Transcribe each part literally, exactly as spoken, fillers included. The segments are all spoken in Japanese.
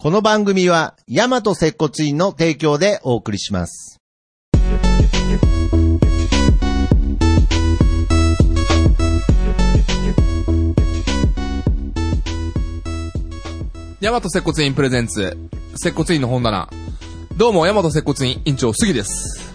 この番組は大和接骨院の提供でお送りします。 大和接骨院プレゼンツ接骨院の本棚。どうも大和接骨院院長杉です。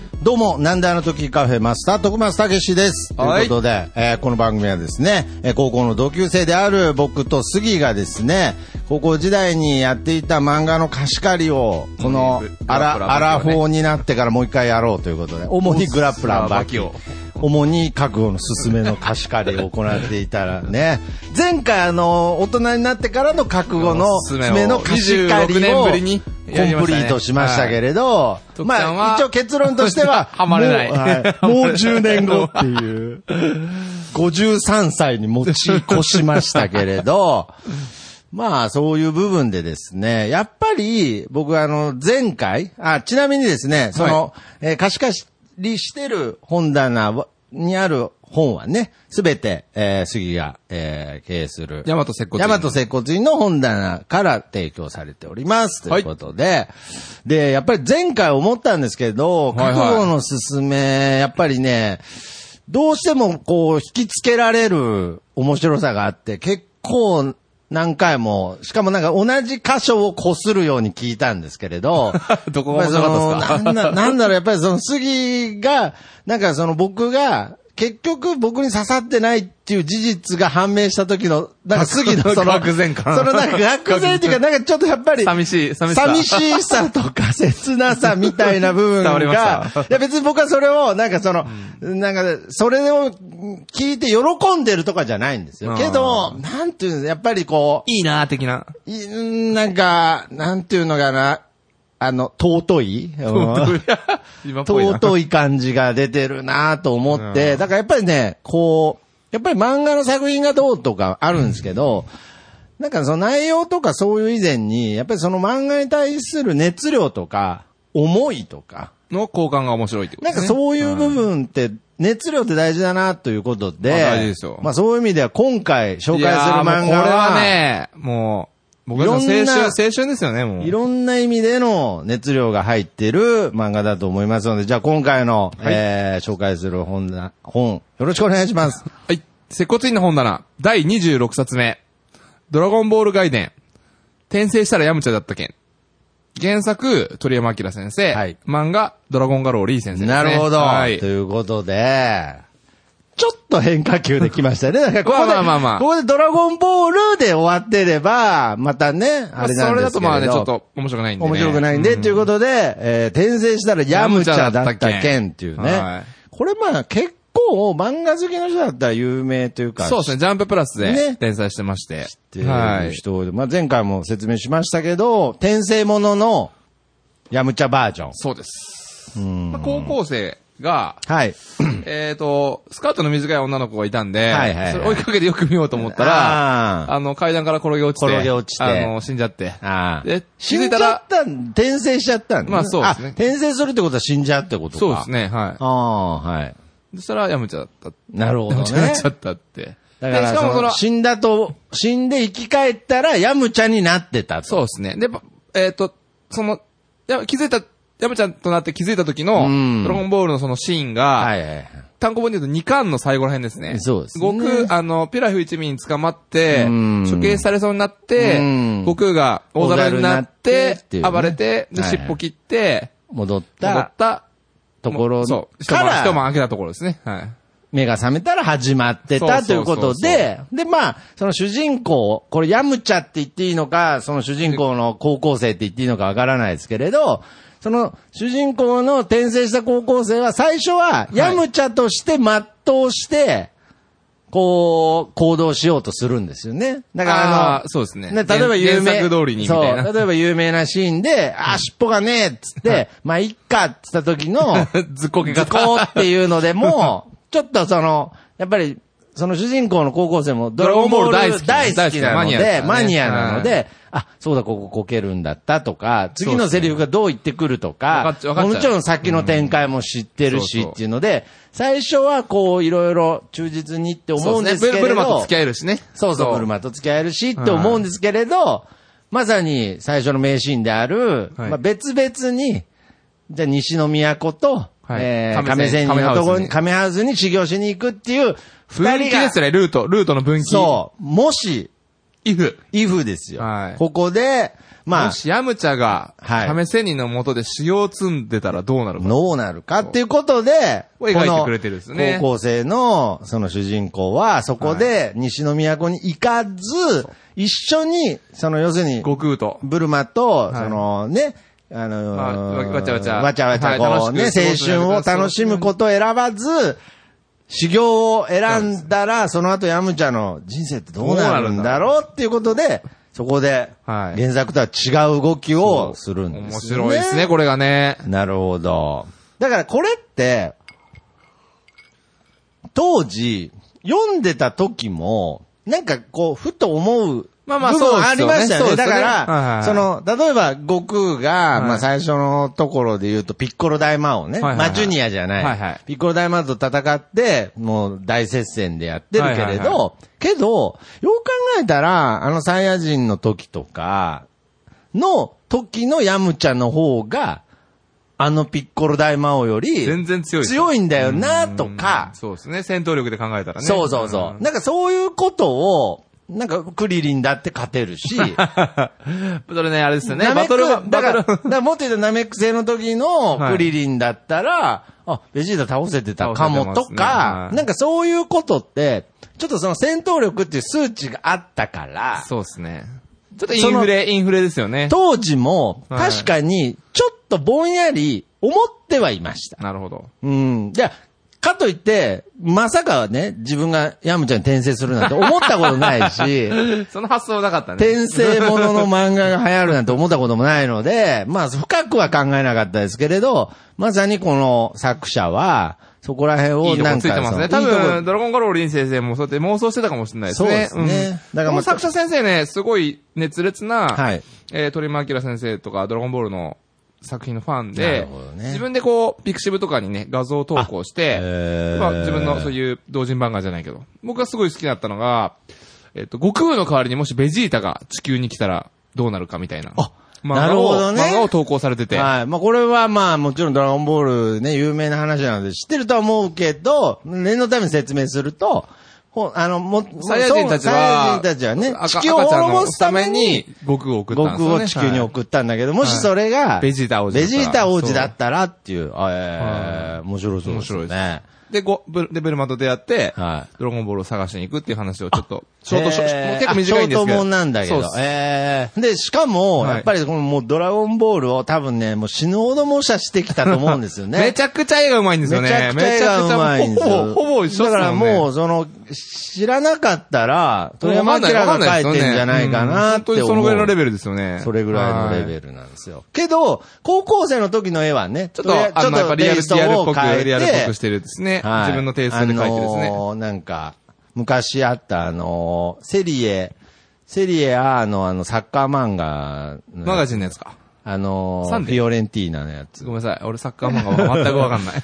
どうもなんであの時カフェマスター徳松武史です。 はい、 ということで、えー、この番組はですね、えー、高校の同級生である僕と杉がですね、高校時代にやっていた漫画の貸し借りをこのアラ、アラフォーになってからもう一回やろうということで、主にグラップラーバキを主に覚悟のすすめの貸し借りを行っていたらね、前回あの大人になってからの覚悟のすすめの貸し借りをコンプリートしましたけれど、はい、まあ一応結論としてははまれない、 もう、はい、もうじゅうねんごっていうごじゅうさんさいに持ち越しましたけれどまあそういう部分でですね、やっぱり僕はあの前回、あ、ちなみにですね、その、はい、えー、貸し借りしてる本棚にある本はね、すべて、えー、杉が、えー、経営する大和接骨院。 大和接骨院の本棚から提供されております。ということで、はい、で、やっぱり前回思ったんですけど、覚悟のすすめ、やっぱりね、どうしてもこう引きつけられる面白さがあって、結構何回も、しかもなんか同じ箇所を擦るように聞いたんですけれど、 どこが面白かったですか？ なんだ、なんだろう、やっぱりその杉が、なんかその僕が、結局僕に刺さってないっていう事実が判明した時の、なんか杉のその、 愕然感。 そのなんか愕然っていうか、なんかちょっとやっぱり、 寂しい、寂しさ。 寂しさとか切なさみたいな部分が、 伝わりました。 いや別に僕はそれを、なんかその、うん、なんか、それを聞いて喜んでるとかじゃないんですよ。けど、なんていうの、やっぱりこう、 いいなー的な。 い、なんか、なんていうのかな、あの、尊い尊い尊い感じが出てるなと思って、だからやっぱりね、こう、やっぱり漫画の作品がどうとかあるんですけど、なんかその内容とかそういう以前に、やっぱりその漫画に対する熱量とか、思いとか、 の交換が面白いってことですね。 なんかそういう部分って、熱量って大事だなということで、 まあ大事ですよ。 まあそういう意味では今回紹介する漫画は、 これはね、もう、僕の青春、青春ですよね、もう。 いろんな意味での熱量が入ってる漫画だと思いますので、じゃあ今回の、はい、えー、紹介する本だ、本、よろしくお願いします。 はい。接骨院の本棚、だいにじゅうろくさつめ。ドラゴンボール外伝。転生したらヤムチャだった件。原作、鳥山明先生。はい。漫画、ドラゴンガローリー先生ですね。 なるほど。 はい。 ということで、ちょっと変化球できましたね。だからここで、 まあまあまあ、 ここでドラゴンボールで終わってれば、またね、あれなんですけど。それだとまあね、ちょっと面白くないんで、ね。 面白くないんで、と、うん、いうことで、えー、転生したらヤムチャだった件っていうね。はい、これまあ結構漫画好きの人だったら有名というか。 そうですね、ジャンププラスで連載してまして。ね、 知ってる人で、まあ前回も説明しましたけど、転生もののヤムチャバージョン。 そうです。うんまあ、高校生が、 はい。 えっと、スカートの短い女の子がいたんで、はいはいはい、それ追いかけてよく見ようと思ったら、あ, あの階段から転げ落ちて、 転げ落ちて、 あの、死んじゃって。 あで、死んじゃった転生しちゃったんだ、ね。 まあそうですね。 転生するってことは死んじゃうってことか。 そうですね、はい。 ああ、はい。 そしたらヤムチャだった。 なるほどね。 ヤムチャになっちゃったって。 だから、しかもその、死んだと、死んで生き返ったらヤムチャになってたと。 そうですね。で、えっ、ー、と、その、や気づいた、ヤムちゃんとなって気づいた時の、ドラゴンボールのそのシーンが、はいはいはい、単行本で言うとにかんの最後ら辺ですね。 そうですね。 悟空、あの、ピラフ一味に捕まって、処刑されそうになって、悟空が大皿になって、ね、暴れて、で、尻尾切って、 戻った、 戻ったところそう。一晩、一晩開けたところですね。はい。 目が覚めたら始まってたということで、で、まあ、その主人公、これヤムチャって言っていいのか、その主人公の高校生って言っていいのかわからないですけれど、その主人公の転生した高校生は最初はヤムチャとして全うして、こう、行動しようとするんですよね。だからあの、 あそうですね。 ね、例えば有名、 原作通りにみたいな。 そう、例えば有名なシーンで、あ、尻尾がねえっつって、まあ、いっかっつった時の、 ずっこけ方。 ずこっていうのでも、ちょっとその、やっぱり、その主人公の高校生もドラゴンボール大好き、大好きなので、マニアなので、あ、そうだ、こここけるんだったとか、次のセリフがどう言ってくるとか、もちろん先の展開も知ってるしっていうので、最初はこういろいろ忠実にって思うんですけれど、 ブルマと付き合えるしね。 そうそう、ブルマと付き合えるしって思うんですけれど、 まさに最初の名シーンである、はい、まあ、別々に、じゃあ西の都と、はい、えー、亀仙人のところに、亀ハウスに修行しに行くっていう、 二人が。分岐ですね、ルート、ルートの分岐。 そう。もし、 イフ。 イフですよ。はい。ここで、まあ。 もしヤムチャが、亀仙人の元で修行を積んでたらどうなるか。 どうなるかっていうことで、 描いてくれてるんですね。 高校生の、その主人公は、そこで、西の都に行かず、一緒に、その、要するに、 悟空と、 ブルマと、そのね、あのー、わちゃわちゃ。 わちゃわちゃ、こうね、青春を楽しむことを選ばず、修行を選んだら、その後ヤムチャの人生ってどうなるんだろうっていうことで、そこで、原作とは違う動きをするんですね。 面白いですね、これがね。 なるほど。だからこれって、当時、読んでた時も、なんかこう、ふと思う、まあまあそうありましたよね。だから、その、例えば、悟空が、まあ最初のところで言うと、ピッコロ大魔王ね。まあジュニアじゃない。ピッコロ大魔王と戦って、もう大接戦でやってるけれど、けど、よく考えたら、あのサイヤ人の時とか、の時のヤムチャの方が、あのピッコロ大魔王より、 全然強い。 強いんだよな、とか。 そうですね。戦闘力で考えたらね。 そうそうそう。なんかそういうことを、なんか、クリリンだって勝てるし。 それね、あれですよね。バトルが、 だから、だからもっと言うとナメック星の時のクリリンだったら、はい、あ、ベジータ倒せてたかもとか、ねはい、なんかそういうことって、ちょっとその戦闘力っていう数値があったから。 そうですね。ちょっとインフレ、インフレですよね。 当時も、確かに、ちょっとぼんやり思ってはいました。 なるほど。 うん。じゃあ、かといって、まさかね、自分がヤムチャに転生するなんて思ったことないし、 その発想なかったね。 転生ものの漫画が流行るなんて思ったこともないので、まあ深くは考えなかったですけれど、まさにこの作者は、そこら辺をなんか。 いいとこついてますね。多分、ドラゴンガローリン先生もそうやって妄想してたかもしれないですね。 そうですね。 うん、だからこの作者先生ね、すごい熱烈な、はい、えー、鳥山明先生とかドラゴンボールの作品のファンで、ね、自分でこう、ピクシブとかにね、画像投稿して、まあ、自分のそういう同人漫画じゃないけど、僕がすごい好きだったのが、えっと、悟空の代わりにもしベジータが地球に来たらどうなるかみたいな。 あ、なるほどね。 漫画を投稿されてて。 はい。まあ、これはまあ、もちろんドラゴンボールね、有名な話なので知ってるとは思うけど、念のために説明すると、ほあの、も、 サイヤ人たちは、 サイヤ人たちはね、地球を滅ぼすために、 悟空を送ったんですよね。 悟空を地球に送ったんだけど、もしそれが、 ベジータ王子。 ベジータ王子だったらっていう、えー、面白そうですね。面白いですね。 で、ご、ブル、で、ベルマと出会って、はい。ドラゴンボールを探しに行くっていう話をちょっと、ショート、ショート、結構短いんですけど。ショートもんなんだけど。ええー。で、しかも、やっぱりこのもうドラゴンボールを多分ね、もう死ぬほど模写してきたと思うんですよね。 めちゃくちゃ絵が上手いんですよね。 めちゃくちゃ絵が上手いんですよ。 ほぼ、ほぼ一緒ですよね。 だからもう、その、知らなかったら、鳥山明が書いてんじゃないかなって思う。本当にそのぐらいのレベルですよね。 それぐらいのレベルなんですよ。けど、高校生の時の絵はね、 ちょっと、ちょっとリアル、リアルっぽく、リアルっぽくしてるですね。自分のテイストで書いてですね。 あのー、なんか、昔あったあのー、セリエ、セリエ A のあの、サッカー漫画。 マガジンのやつか。 あのー、フィオレンティーナのやつ。 ごめんなさい。俺サッカー漫画全くわかんない。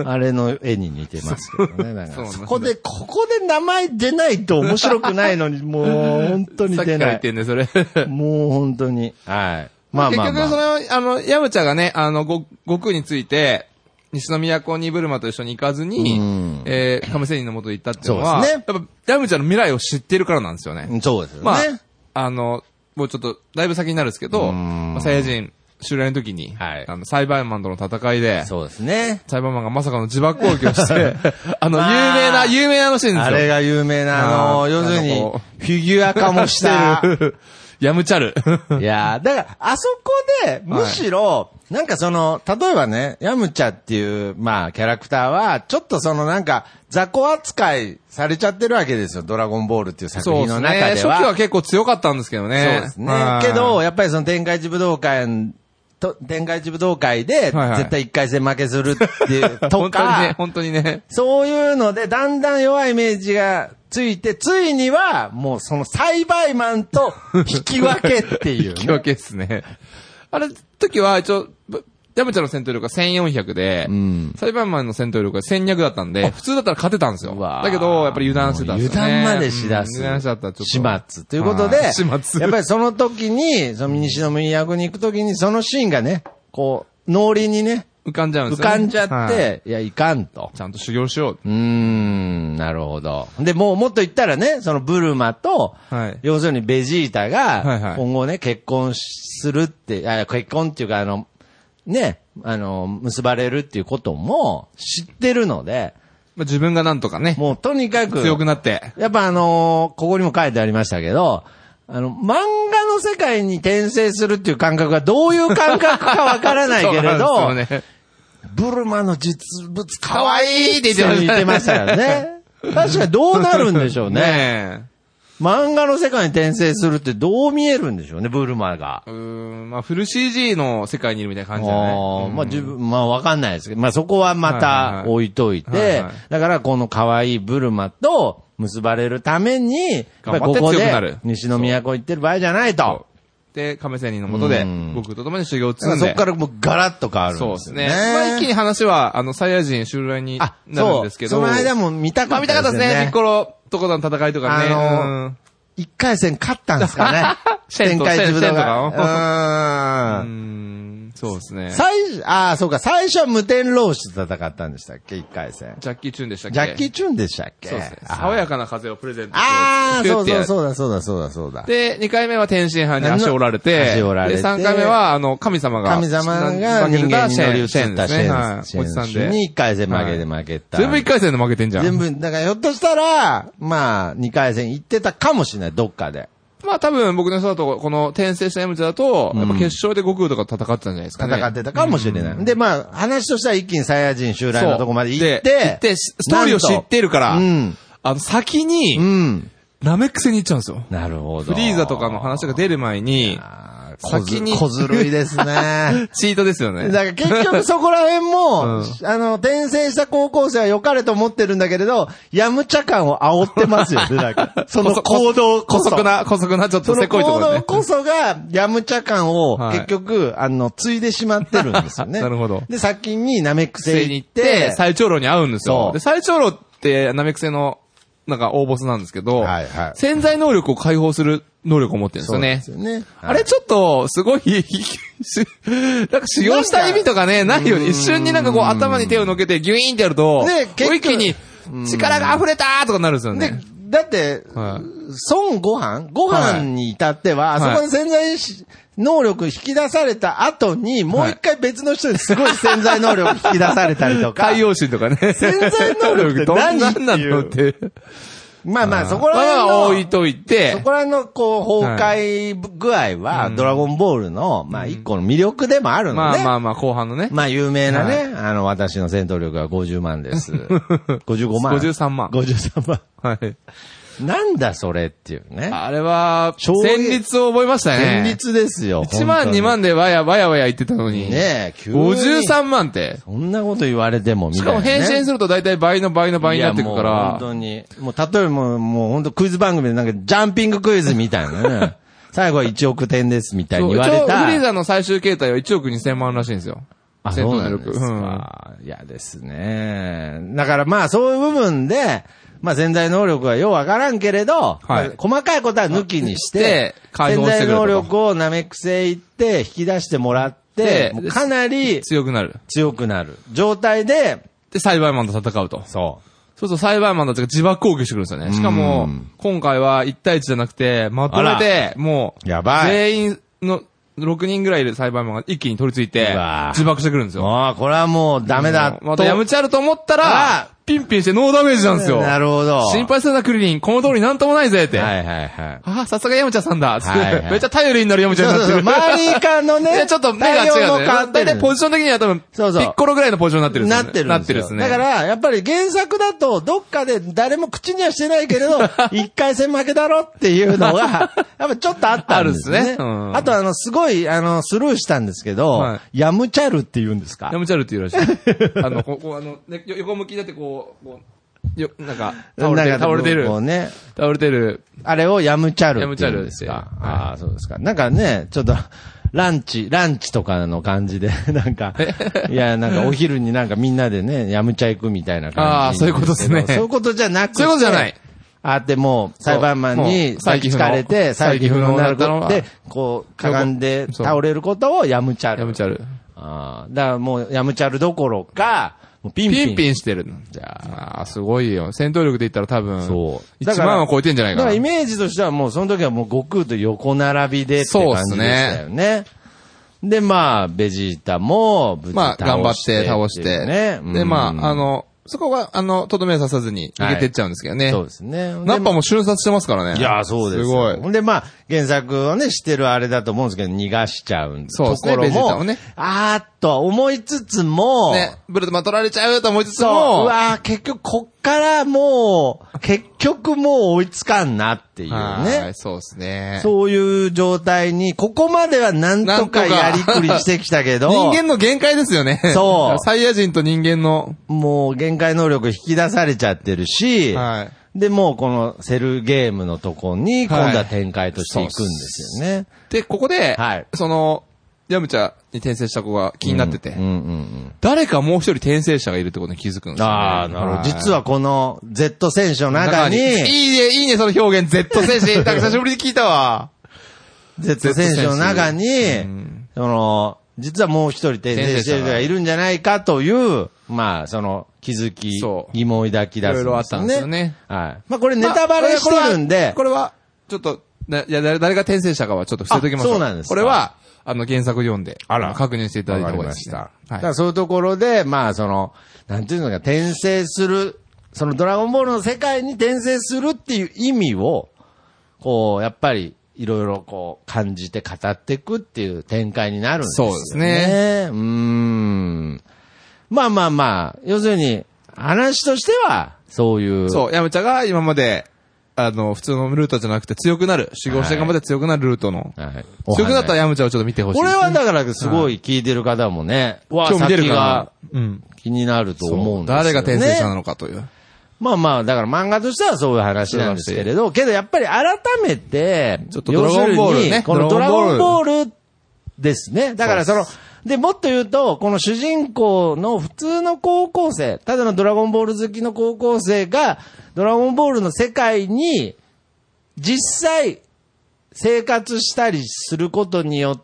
あれの絵に似てますけどね。なんかそこで、ここで名前出ないと面白くないのに、もう本当に出ない。さっきから言ってんね、それ。 もう本当に。はい。まあまあ、まあ。 結局その、あの、ヤムチャがね、あの、悟空について、西の都にブルマと一緒に行かずに、うん、えー、亀仙人の元に行ったっていうのは、そうですね。やっぱ、ヤムチャの未来を知ってるからなんですよね。 そうですよね。 まあ、あの、もうちょっと、だいぶ先になるんですけど、まあ、サイヤ人襲来の時に、はい、あの、サイバーマンとの戦いで、 そうですね。 サイバーマンがまさかの自爆攻撃をして、あの、有名な、有名なのシーンですよ。 あれが有名な、あの、要するに、フィギュア化もしてる。 ヤムチャル。 いやー、だから、あそこで、むしろ、はい、なんかその、例えばね、ヤムチャっていう、まあ、キャラクターは、ちょっとそのなんか、雑魚扱いされちゃってるわけですよ、ドラゴンボールっていう作品の中では。そうですね。 初期は結構強かったんですけどね。 そうですね。けど、やっぱりその天下一武道会、と、天下一武道会で、絶対一回戦負けするっていう、とか、 本当にね、本当にね。 そういうので、だんだん弱いイメージがついて、ついには、もうその栽培マンと引き分けっていう、ね。 引き分けですね。あれ、時は、一応、 ヤムチャの戦闘力がせんよんひゃくで、うん、サイバーマンの戦闘力がせんにひゃくだったんで、普通だったら勝てたんですよ。だけど、やっぱり油断してたんですよね。 油断までしだす。 うん、油断しちゃった。ちょっと。 始末。ということで、 始末。 やっぱりその時に、その西宮役に行く時に、そのシーンがね、こう、脳裏にね、 浮かんじゃうんですよね。 浮かんじゃって、はい、いや、いかんと。 ちゃんと修行しよう。 うーん、なるほど。で、もうもっと言ったらね、そのブルマと、はい、要するにベジータが、今後ね、結婚するって、あ、結婚っていうか、あの、ね、あの、結ばれるっていうことも知ってるので、 まあ、自分がなんとかね。 もうとにかく。 強くなって。 やっぱあのー、ここにも書いてありましたけど、あの、漫画の世界に転生するっていう感覚がどういう感覚かわからないけれど、ね、ブルマの実物かわいいって言ってましたからね。確かにどうなるんでしょうね。ね漫画の世界に転生するってどう見えるんでしょうね、ブルマが。 うーん、まあフル シージー の世界にいるみたいな感じだね。 あまあ自分、まあわかんないですけど、まあそこはまた置いといて、はいはいはいはい、だからこの可愛いブルマと結ばれるために、やっぱりここで西の都行ってる場合じゃないと。 で、亀仙人の下で、僕と共に修行を積んで。 そこからもうガラッと変わるんですよね。そうですね。 まあ一気に話は、あの、サイヤ人襲来になるんですけど。 その間も見たかったですね。 まあ見たかったですね。ピッコロとことの戦いとかね。 あのー、一回戦勝ったんですかね。天界自分とか。 うーん。そうですね。 最、ああ、そうか、最初は無天老師と戦ったんでしたっけ、一回戦。 ジャッキーチュンでしたっけジャッキーチュンでしたっけそうですね。爽やかな風をプレゼントして。 ああ、そうそうそうだ、そうだ、そうだ、そうだ。 で、二回目は天津飯に足を折られて、 足を折られて。 で、三回目は、あの、神様が、 神様が人間に乗り移ったシェンですね。 はい。おじさんで。 に一回戦負けで負けた。 全部一回戦で負けてんじゃん。 全部、だからひょっとしたら、まあ、二回戦行ってたかもしれない、どっかで。 まあ多分僕の予想だと、この転生したヤムチャだと、やっぱ決勝で悟空とか戦ってたんじゃないですかね。 戦ってたかもしれない。うん、で、まあ、話としては一気にサイヤ人襲来のとこまで行って、 行って、ストーリーを知ってるから、うん、あの、先に、うん、ナメック星に行っちゃうんですよ。 なるほど。 フリーザとかの話が出る前に、 先に。小ずるいですね。 チートですよね。 だから結局そこら辺も、うん、あの、転生した高校生は良かれと思ってるんだけれど、ヤムチャ感を煽ってますよね、なんか。その行動こそ。 古速な、古速なちょっとせこいところね。 その行動こそが、ヤムチャ感を結局、はい、あの、ついでしまってるんですよね。 なるほど。 で、先にナメック星に行って、 最長老に会うんですよ。で、最長老ってナメック星の、なんか大ボスなんですけど、はいはい、潜在能力を解放する能力を持ってるんですよね。そうですよね。はい、あれちょっと、すごい、なんか修行した意味とかね、ないよね。一瞬になんかこう頭に手を乗っけてギュイーンってやると、ね、一気に力が溢れたーとかなるんですよね。 でだって、はい、孫悟飯ご飯に至っては、はい、あそこで潜在能力引き出された後に、もう一回別の人にすごい潜在能力引き出されたりとか。 海洋神とかね。 潜在能力って何なんなのって。 まあまあ、そこら辺の、 まあ置いといて、 そこら辺のこう、崩壊具合は、ドラゴンボールの、まあ一個の魅力でもあるので、 まあまあまあ、後半のね。 まあ有名なね、あの、私の戦闘力はごじゅうまんです。ごじゅうごまん。 ごじゅうさんまん。 ごじゅうさんまん。 はい。 なんだそれっていうね。 あれは、戦慄を覚えましたね。 戦慄ですよ。 いちまんにまんでわやわやわや言ってたのに。 ねえ、 急に。ごじゅうさんまんって。 そんなこと言われてもみたいな、ね。 しかも変身すると大体倍の倍の倍になってくから。 本当に。もう例えばもう、もう本当クイズ番組でなんかジャンピングクイズみたいなね。最後はいちおくてんですみたいに言われた。 フリーザの最終形態はいちおくにせんまんらしいんですよ。 あ、そうなんですか。いやですね。だからまあそういう部分で、まあ潜在能力はようわからんけれど、はいまあ、細かいことは抜きにして、潜在能力をナメック星行って引き出してもらって、かなり強くなる。 強くなる状態で、 で、サイバーマンと戦うと。 そう。 そうそう、サイバーマンたちが自爆攻撃してくるんですよね。しかも、今回はいち対いちじゃなくて、まとめて、もう、 やばい。 全員の、ろくにんぐらいいるサイバーマンが一気に取り付いて、自爆してくるんですよ。 ああ、これはもうダメだ。 またやむちゃると思ったら、ピンピンしてノーダメージなんですよ。 なるほど。 心配するなクリリン、この通りなんともないぜって。 はいはいはい。 ああ、さすがヤムチャさんだ。はいはい、めっちゃ頼りになるヤムチャになってる。 そうそうそう周りからのね。 ちょっと目が違う、ね。だいたいポジション的には多分、そうそうピッコロぐらいのポジションになってるんですよ、ね。 なってるんですよ。 なってるですね。 だから、やっぱり原作だと、どっかで誰も口にはしてないけれど、一回戦負けだろっていうのが、やっぱちょっとあったんですね。あるんですね。うん、あとあの、すごい、あの、スルーしたんですけど、はい、ヤムチャルって言うんですか？ ヤムチャルって言うらしい。あの、こう、あの、ね、横向きだってこう、こうよ、なんか、倒れてる、倒れてる。 こうね。 倒れてる。 あれをヤムチャルって言うんですか。 ヤムチャルですか。 ああ、そうですか。なんかね、ちょっと、 ランチ、ランチとかの感じで、なんか、いや、なんかお昼になんかみんなでね、やむちゃ行くみたいな感じ。 ああ、そういうことですね。 そういうことじゃなくて。 そういうことじゃない。 あってもう、裁判マンに抱きつかれて、再起不能になることで、こう、かがんで倒れることをやむちゃる。 やむちゃる。 ああ、だからもうやむちゃるどころか、もうピンピン。 ピンピンしてるの。じゃあ、すごいよ。戦闘力で言ったら多分、 そう。 いちまんは超えてんじゃないかな。 だからイメージとしてはもうその時はもう悟空と横並びでって感じでしたよね。で、まあ、ベジータも、無事まあ、頑張って倒して。 ね。 で、まあ、あの、そこが、あの、とどめささずに逃げてっちゃうんですけどね。はい、 そうですね。 ナッパも瞬殺してますからね。 いや、そうです。 すごい。 で、まあ、原作をね、してるあれだと思うんですけど、逃がしちゃうんそうですね、ベジータをね。 あーっと思いつつも、 ね、ブルトマン取られちゃうと思いつつも、 そう、うわー結局こっからもう、結局もう追いつかんなっていうね。 はい、そうですね。 そういう状態に、ここまではなんとかやりくりしてきたけど、 人間の限界ですよね。 そう。 サイヤ人と人間の。 もう限界能力引き出されちゃってるし、 はい。 で、もうこのセルゲームのとこに、今度は展開としていくんですよね。はい、 で、ここで、 はい、 その、ヤムチャに転生した子が気になってて、 うんうんうんうん、誰かもう一人転生者がいるってことに気づくんですよ、ね。 ああ、なるほど。実はこの Z 選手の中に、いいね、いいね、その表現、Z 選手。なんか久しぶりに聞いたわ。 Z 選手の中に、うん、その、実はもう一人転生してる人がいるんじゃないかという、まあ、その、気づき、疑問を抱き出すんですよね。いろいろあったんですよね。はい。まあ、これネタバレしてるんで。 まあ、これは、これはちょっと、いや、誰が転生したかはちょっと伏せときましょう。 そうなんですか。 これは、あの、原作読んで、あら、確認していただいた方がいいですね。 わかりました。はい。だからそういうところで、まあ、その、なんていうのか、転生する、そのドラゴンボールの世界に転生するっていう意味を、こう、やっぱり、いろいろこう、感じて語っていくっていう展開になるんですよね。そうですね。うーん。まあまあまあ、要するに、話としては、そういう。 そう、ヤムチャが今まで、あの、普通のルートじゃなくて強くなる。修行して頑張って強くなるルートの。はい、強くなったヤムチャをちょっと見てほしい、 ね。これはだからすごい聞いてる方もね、 はい、今日見てるかうん、気になると思うんですよね。 誰が転生者なのかという。 まあまあ、だから漫画としてはそういう話なんですけれど、けどやっぱり改めて、 ちょっとドラゴンボールね。 このドラゴンボールですね。だからその、で、もっと言うと、この主人公の普通の高校生、ただのドラゴンボール好きの高校生が、ドラゴンボールの世界に、実際、生活したりすることによって、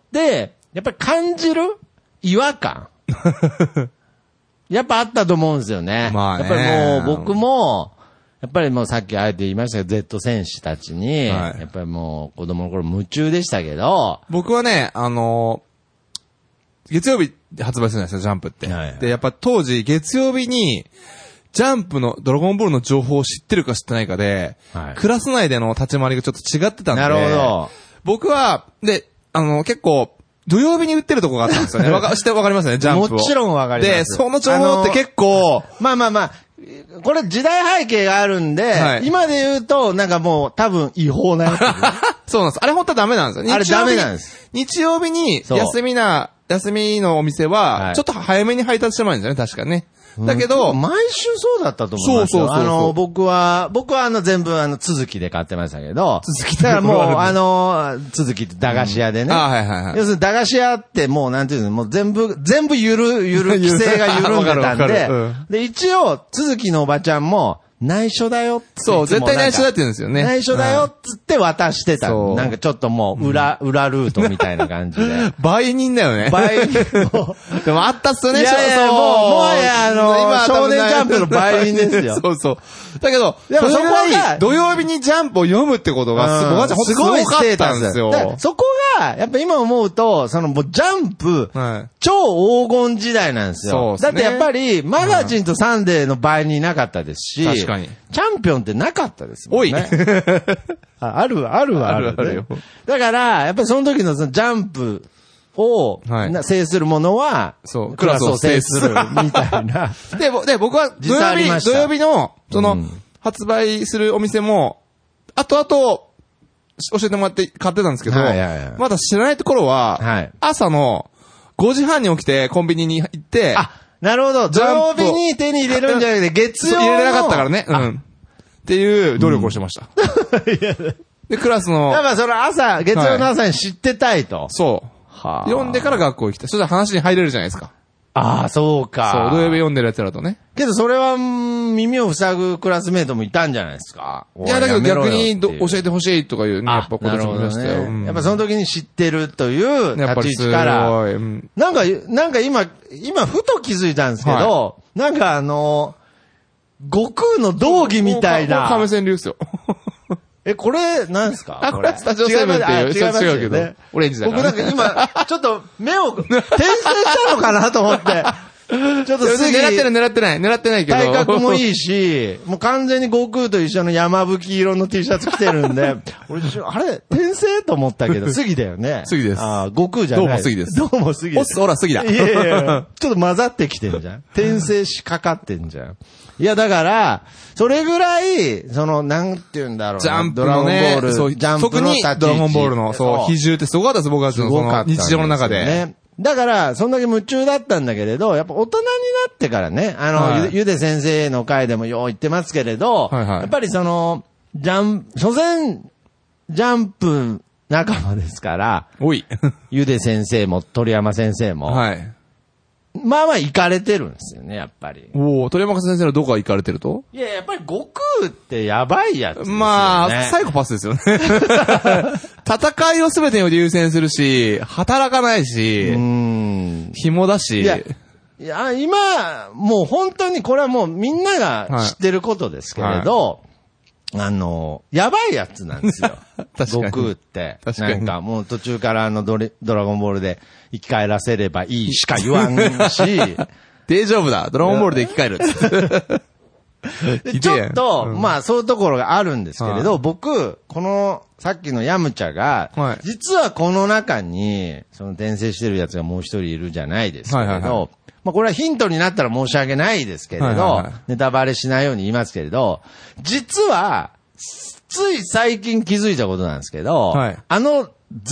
やっぱり感じる違和感。やっぱあったと思うんですよね。まあね。やっぱりもう僕も、やっぱりもうさっきあえて言いましたけど、Z 戦士たちに、はい、やっぱりもう子供の頃夢中でしたけど。 僕はね、あのー、月曜日発売するんですよ、ジャンプって。はいはい、で、やっぱ当時月曜日に、ジャンプのドラゴンボールの情報を知ってるか知ってないかで、はい、クラス内での立ち回りがちょっと違ってたんで。 なるほど。 僕は、で、あの、結構、土曜日に売ってるとこがあったんですよね。わか、してわかりますね、ジャンプを。 もちろんわかります。 で、その情報って結構、 まあまあまあ、これ時代背景があるんで、はい、今で言うと、なんかもう多分違法なやつ、ね。 そうなんです。あれ本当はダメなんですよ。 あれダメなんです。 日曜日に休みな、休みのお店は、ちょっと早めに配達してもらうんですよね、確かね。だけど、 毎週そうだったと思いますよ。そうそうそうそう。あの、僕は、僕はあの全部あの続きで買ってましたけど、 続きだからもう、あの、続きって駄菓子屋でね。 うん、あはいはいはい。 要するに駄菓子屋ってもうなんていうの、もう全部、全部ゆる、ゆる、規制が緩んでたんで、うん、で、一応、続きのおばちゃんも、内緒だよって。 そう、絶対内緒だって言うんですよね。 内緒だよっつって渡してた。うん、なんかちょっともう裏、うん、裏ルートみたいな感じで。 売人だよね。 売人も。 でもあったっすよね、 いやいや、もう、もはやあの、今少年ジャンプの売人ですよ。 そうそう。だけど、でもそこが、土曜日にジャンプを読むってことが、すごい、すごいステータスですよ。 そこが、やっぱ今思うと、そのもうジャンプ、はい、超黄金時代なんですよ。そうですね。だってやっぱり、マガジンとサンデーの倍になかったですし、 確かに。 チャンピオンってなかったですもんね。おいあ。あるわ、あるわ、あるわ、ね。あるよ。だから、やっぱりその時のそのジャンプを、はい、制するものは、 そう、 クラスを制する、みたいな。 で、で、僕は土曜日、土曜日の、その、うん、発売するお店も、後々、教えてもらって買ってたんですけど、はいはいはい、まだ知らないところは、はい、朝のごじはんに起きてコンビニに行って、 あ、なるほど。土曜日に手に入れるんじゃなくて、月曜の。 入れれなかったからね。うん。っていう努力をしてました。うん、で、クラスの。 やっぱその朝、月曜の朝に知ってたいと。 そう。 はあ、読んでから学校行きたい。そしたら話に入れるじゃないですか。 ああ、そうか。 そう、土曜日読んでるやつだとね。 けどそれは、耳を塞ぐクラスメイトもいたんじゃないですか。 いや、だけど逆にど教えてほしいとかいうね、やっぱ子たちもいましたよ、ねうん。 やっぱその時に知ってるという立ち位置から。うん、なんか、なんか今、今ふと気づいたんですけど、はい、なんかあの、悟空の道着みたいな。 亀仙流ですよ。 え、これ、何ですかあ、これはスタジオセブンっていう。違います違うけど。オレンジだから、ね。 僕なんか今、ちょっと目を、転生したのかなと思って。ちょっとすぐ。 狙ってない、狙ってない、狙ってないけど。 体格もいいし、もう完全に悟空と一緒の山吹色の T シャツ着てるんで、俺、あれ、転生と思ったけど、杉だよね。 杉です。 ああ、悟空じゃない。 どうも杉です。 どうも杉です。 おっ、ほら、杉だ。 いやいやいや、ちょっと混ざってきてんじゃん。転生しかかってんじゃん。いや、だから、それぐらい、その、なんて言うんだろうな。 ジャンプのね、 そう、ジャンプの立ち位置。 ドラゴンボールの、そう、比重ってすごかったです、僕は。その、日常の中で。ね。 だから、そんだけ夢中だったんだけれど、やっぱ大人になってからね、あの、はい、ゆ, ゆで先生の回でもよう言ってますけれど、はいはい、やっぱりその、ジャンプ、所詮、ジャンプ仲間ですから、 おい。 ゆで先生も鳥山先生も、はい。まあまあ行かれてるんですよね、やっぱり。 おお、鳥山先生のどこが行かれてると？ いや、やっぱり悟空ってやばいやつですよね。 まあ、サイコパスですよね。戦いを全てに優先するし、働かないし、うん。紐だし。 いや、いや、今、もう本当にこれはもうみんなが知ってることですけれど、はいはいあの、やばいやつなんですよ。悟空って。確かに。なんかもう途中からあのドリドラゴンボールで生き返らせればいいしか言わんし。 大丈夫だ。ドラゴンボールで生き返る。 ちょっと、うん、まあそういうところがあるんですけれど、はい、僕、このさっきのヤムチャが、はい、実はこの中に、その転生してるやつがもう一人いるじゃないですけれど、はいはいはいまあこれはヒントになったら申し訳ないですけれど、はいはいはい、ネタバレしないように言いますけれど、実は、つい最近気づいたことなんですけど、はい、あの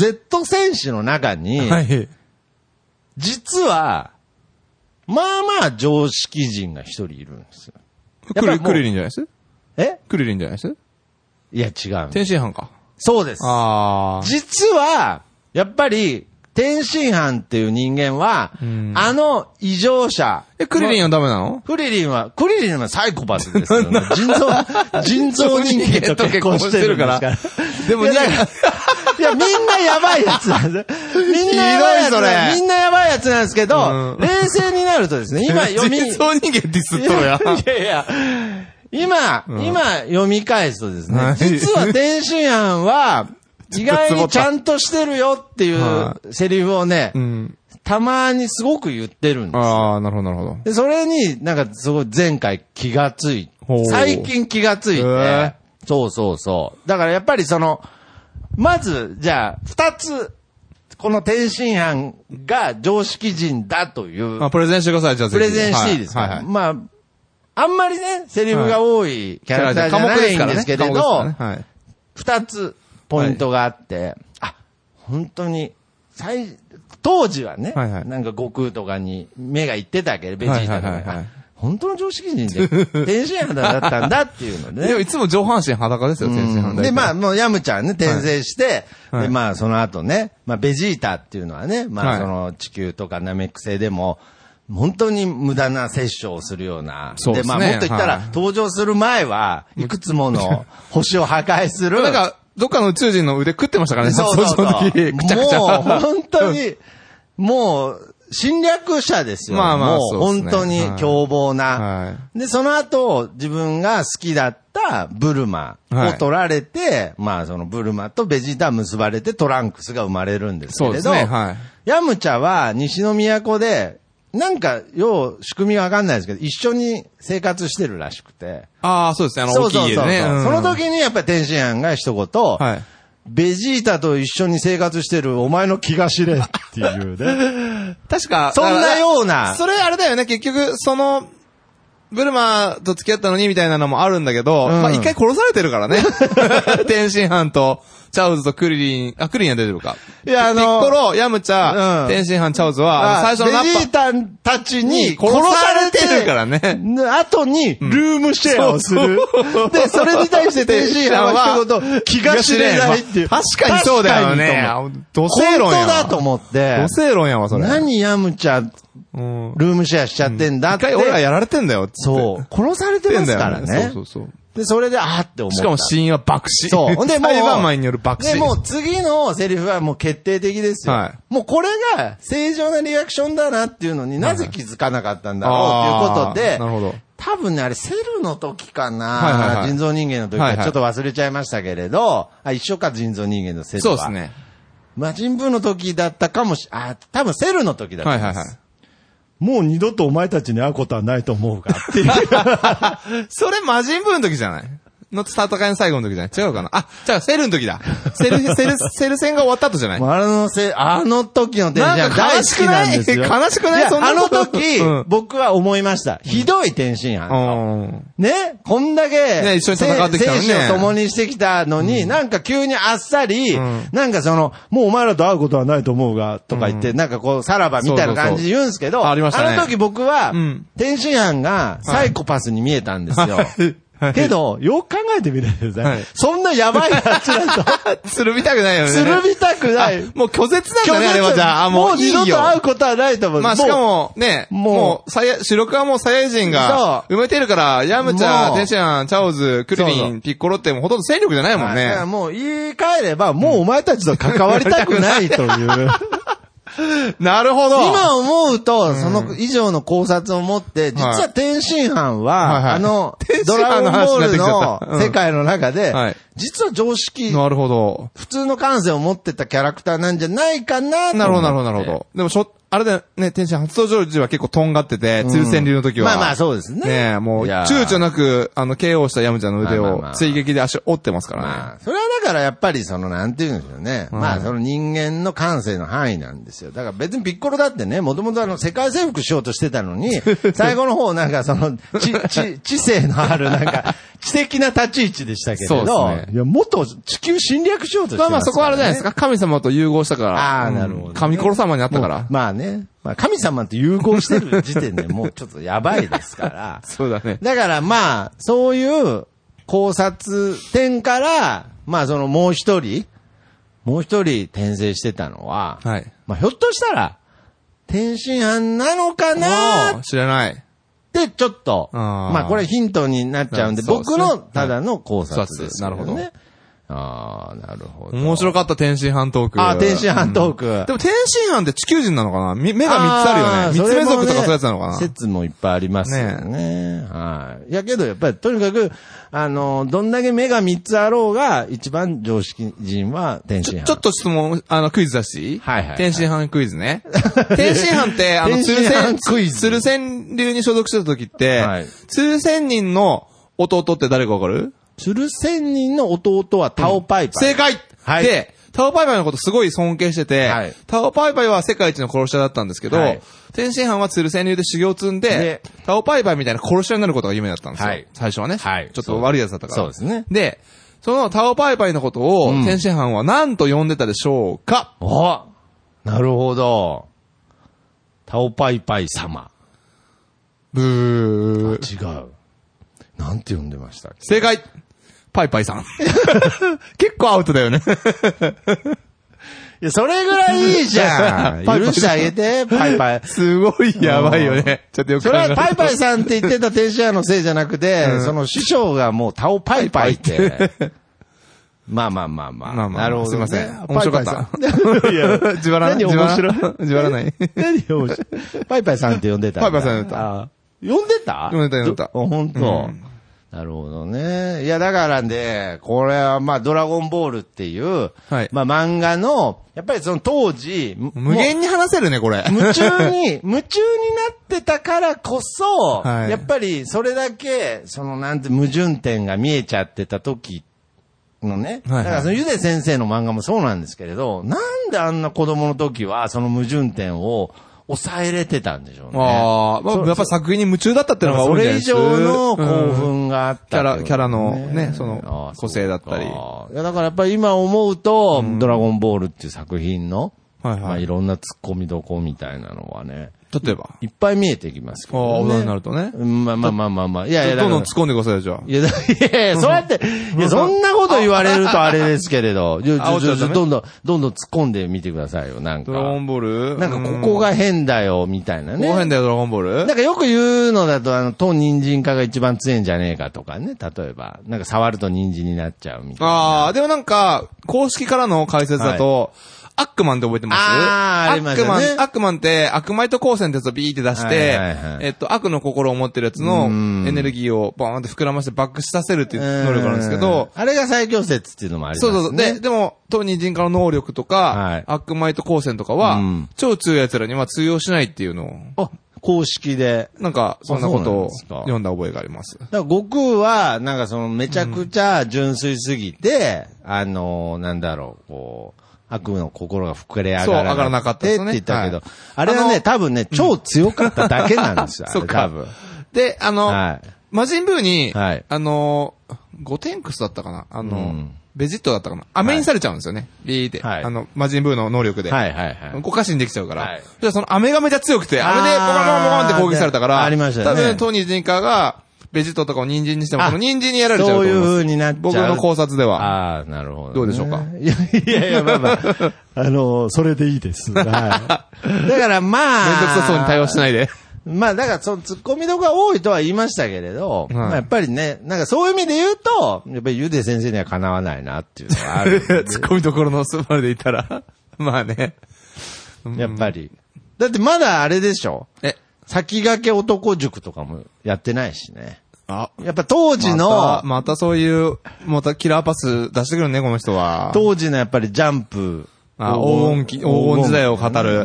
Z 戦士の中に、はい、実は、まあまあ常識人が一人いるんですよ。 クリクリリンじゃないですえクリリンじゃないですいや違う。 天津飯か。 そうです。 あ実は、やっぱり、天津飯っていう人間は、あの異常者。 え、クリリンはダメなの？ クリリンは、クリリンはサイコパスですよ、ね。腎臓、腎臓人間と結婚してるから。 でも、いや、 いや、みんなやばいやつなんです。みんなやばいやつなんです。みんなやばいやつなんですけど、冷静になるとですね、今読み。 腎臓人間ディスっとるや。 いやいや、今、今読み返すとですね、実は天津飯は、意外にちゃんとしてるよっていうセリフをね、うん、たまにすごく言ってるんですよ。 ああ、なるほど、なるほど。 で、それになんかすごい前回気がつい、最近気がついて、そうそうそう。だからやっぱりその、まず、じゃあ、二つ、この天津飯が常識人だという。 あ、プレゼンしてください、じゃあプレゼンしていいですか、はいはいはい、まあ、あんまりね、セリフが多いキャラクターじゃないんですけれど、二つ、ポイントがあって、はい、あ、本当に、最、当時はね、はいはい、なんか悟空とかに目がいってたけど、ベジータとか、はいはいはいはい、本当の常識人で、天津飯だったんだっていうので、ね。 でもいつも上半身裸ですよ、天津飯。 で、まあ、もうヤムちゃんね、転生して、はい、で、まあ、その後ね、まあ、ベジータっていうのはね、まあ、その地球とかナメック星でも、本当に無駄な殺生をするような。 そうですね。 で、まあ、もっと言ったら、はい、登場する前は、いくつもの星を破壊する。 なんか、どっかの宇宙人の腕食ってましたからね、 そうそうそう。 の時くちゃくちゃ。 もう、本当に、もう、侵略者ですよ。 まあまあ、 もう、本当に凶暴な、はいはい。で、その後、自分が好きだったブルマを取られて、はい、まあ、そのブルマとベジータ結ばれてトランクスが生まれるんですけれど、そうですね、はい。ヤムチャは西の都で、なんか、よう、仕組みわかんないですけど、一緒に生活してるらしくて。 ああ、そうですね、あの、大きい家でね。そうそうそう、うん。 その時にやっぱり天津飯が一言、はい、ベジータと一緒に生活してるお前の気が知れっていうね。 確か、 そんなような。 それあれだよね、結局、その、 ブルマと付き合ったのにみたいなのもあるんだけど、うん、まあ、一回殺されてるからね。天津飯と、チャオズとクリリン、あ、クリリンは大丈夫か。 いや、あの、 ピッコロ、ヤムチャ、うん、天津飯、チャオズは、最初のナッパ。 ベジータたちに殺されてるからね。 後に、ルームシェアをする。うん、で、それに対して天津飯は一言、気が知れないっていう。 確かにそうだよね。土星論や。 本当だと思って。 土星論やわ、それ。 何ヤムチャ、ルームシェアしちゃってんだって。 一回俺らやられてんだよ。 そう。殺されてますからね。 そうそうそう。 で、それで、あーって思った。 しかも死因は爆死。 そう。で、もう、 裁判前による爆死。 で、もう次のセリフはもう決定的ですよ。はい。もうこれが正常なリアクションだなっていうのになぜ気づかなかったんだろうっていうことで、 なるほど。 多分ね、あれセルの時かな、 はいはいはい、 人造人間の時かちょっと忘れちゃいましたけれど、はいはい、あ、一緒か人造人間のセルは。 そうですね。 魔人ブーの時だったかもし、あ、多分セルの時だったんです。はいはいはい。もう二度とお前たちに会うことはないと思うかっていう。 それ魔人ブーの時じゃないの戦いの最後の時じゃない違うかなあ、じゃあセルの時だ。セル、セル、セル戦が終わった後じゃないあのせ、あの時の天津飯大好きなんですよ。 悲しくないそんなあの時、うん、僕は思いました。ひどい天津飯、うん。ねこんだけ、 ね、一緒に戦ってきたのね。 生死を共にしてきたのに、うん、なんか急にあっさり、うん、なんかその、もうお前らと会うことはないと思うが、とか言って、うん、なんかこう、さらばみたいな感じで言うんですけど、そうそうそうありましたね。あの時僕は、うん、天津飯がサイコパスに見えたんですよ。はいけど、よく考えてみてください。はい、そんなやばいやつだと。 つるみたくないよね。 つるみたくない。 もう拒絶なんだね、あれはじゃあ。 もう二度と会うことはないと思う。 まあしかも、ね、もう、主力はもうサイヤ人が埋めてるから、ヤムチャ、テンシャン、チャオズ、クリリン、ピッコロってもうほとんど戦力じゃないもんね。 だからもう言い換えれば、もうお前たちと関わりたくないという。 なるほど。 今思うと、その以上の考察を持って、実は天津飯は、あの、ドラゴンボールの世界の中で、実は常識、 なるほど。 普通の感性を持ってたキャラクターなんじゃないかなと。 なるほど、なるほど、なるほど。でもしょ、あれだよね、天津初登場時は結構とんがってて、通戦流の時は。 まあまあそうですね。 ねもう、躊躇なく、あの、ケーオー したヤムちゃんの腕を追撃で足折ってますからね。 まあ、それはだからやっぱりその、なんていうんでしょうね。まあその人間の感性の範囲なんですよ。だから別にピッコロだってね、もともとあの、世界征服しようとしてたのに、最後の方なんかその、知、知、知性のあるなんか、知的な立ち位置でしたけれど、そうですね。いや、もっと地球侵略しようとしてますからね。まあまあそこはあれじゃないですか。神様と融合したから。 ああ、なるほど、ね。 神コロ様になったから。 まあね。まあ神様と融合してる時点でもうちょっとやばいですから。 そうだね。 だからまあ、そういう考察点から、まあそのもう一人、もう一人転生してたのは、はい。まあひょっとしたら、天津飯なのかな知らない。 で、ちょっと、あまあこれヒントになっちゃうんで、僕のただの考察ですよね。なるほど。ああ、なるほど。 面白かった天津飯トーク。 ああ、天津飯トーク、うん。 でも天津飯って地球人なのかな目がみっつあるよね。三つ目族とかそういうやつなのかな説もいっぱいありますよね。ねはい。いやけどやっぱりとにかく、あの、どんだけ目がみっつあろうが、一番常識人は天津飯。 ちょっと質問、あの、クイズだし。 はいはい、はい。 天津飯クイズね。天津飯って、あの、鶴仙、鶴仙流に所属してた時って、はい、鶴仙人の弟って誰かわかる鶴仙人の弟はタオパイパイ。 正解、はい、で、タオパイパイのことすごい尊敬してて、はい、タオパイパイは世界一の殺し屋だったんですけど、はい、天津飯は鶴仙流で修行を積んで、タオパイパイみたいな殺し屋になることが夢だったんですよ。はい、最初はね、はい。ちょっと悪いやつだったから。 そうですね。 で、そのタオパイパイのことを、うん、天津飯は何と呼んでたでしょうか？ あ、なるほど。タオパイパイ様。 ブー。違う。なんて呼んでましたっけ？ 正解！パイパイさん。結構アウトだよね。 いや、それぐらいいいじゃん。許してあげて、パイパイ。 すごいやばいよね。ちょっとよく考えて。 それはパイパイさんって言ってた天津飯のせいじゃなくて、うん、その師匠がもうタオパイパイって。まあまあまあまあ。まあまあ、なるほど、ね。 すいません。面白かった。いや、自腹ない。何面白い自腹ない。 何面白い。パイパイさんって呼んでた。 パイパイさん呼んでた。 呼んでた呼んでた、呼んでた。 本当。うんなるほどね。いや、だからね、これはまあ、ドラゴンボールっていう、はい、まあ漫画の、やっぱりその当時、 無限に話せるね、これ。 夢中に、夢中になってたからこそ、はい、やっぱりそれだけ、そのなんて矛盾点が見えちゃってた時のね。はいはい、だからそのゆで先生の漫画もそうなんですけれど、なんであんな子供の時はその矛盾点を抑えれてたんでしょうね。 ああ、まあ、やっぱ作品に夢中だったっていうのが多いんじゃないですか。 それ以上の興奮があった、 ね、うん、キャラ、キャラのね、その、個性だったり。いや、だからやっぱり今思うと、うん、ドラゴンボールっていう作品の、はいはい。まあ、いろんな突っ込みどこみたいなのはね。 例えばいっぱい見えてきますけど、ね。 ああ、大人になるとね。 まあまあまあまあまあ。いやいや、 どんどん突っ込んでくださいよ、じゃあ。 いや、いやいや、そうやって、いや、そんなこと言われるとあれですけれど、どんどん、どんどん、どんどん突っ込んでみてくださいよ、なんか。 ドラゴンボールなんか、ここが変だよ、みたいなね。 ここ変だよ、ドラゴンボールなんかよく言うのだと、あの、と人参化が一番強いんじゃねえかとかね、例えば。なんか触ると人参になっちゃうみたいな。 ああ、でもなんか、公式からの解説だと、はい、アックマンって覚えてます？ ああ、ありましたね。 アックマン、アックマンって、悪魔糸光線ってやつをビーって出して、はいはいはい、えっと、悪の心を持ってるやつのエネルギーをバーンって膨らまして爆死させるっていう能力があるんですけど、 あれが最強説っていうのもありますね。 そうそう。で、でも、当人参化の能力とか、はい、悪魔糸光線とかは、うん、超強い奴らには通用しないっていうのを。 あ、公式で。 なんか、そんなことを読んだ覚えがあります。 だから悟空は、なんかその、めちゃくちゃ純粋すぎて、うん、あの、なんだろう、こう、悪の心が膨れ上がらなかった。そう、上がらなかったですね。って言ったけど、はい、あれはね、多分ね、超強かっただけなんですよ。そうか。多分。 で、あの、はい、魔人ブーに、 はい、 あの、ゴテンクスだったかなあの、うん、ベジットだったかな飴にされちゃうんですよね。ビーって。はい、あの、魔人ブーの能力で。はいはいはい。ご過信できちゃうから。はい、じゃあその飴がめちゃ強くて、飴でボコボコボコンって攻撃されたから、 ありましたね。 多分、トニー人化が、ベジットとかを人参にしても、この人参にやられちゃうと思います。 そういう風になっちゃう。 僕の考察では。 ああ、なるほど、ね。 どうでしょうか。 いやいやいや、まあまあ、あの、それでいいです。はい。だからまあ。 めんどくさそうに対応しないで。 まあ、だから、その、突っ込み度が多いとは言いましたけれど、はい、まあ、やっぱりね、なんかそういう意味で言うと、やっぱりゆで先生にはかなわないなっていうのがある。 突っ込みどころのスバルでいたら、まあね。 やっぱり。だってまだあれでしょえ先駆け男塾とかもやってないしね。あ、やっぱ当時の、 また、またそういう、またキラーパス出してくるね、この人は。 当時のやっぱりジャンプ。 あ、黄金期、黄金時代を語る。 うん。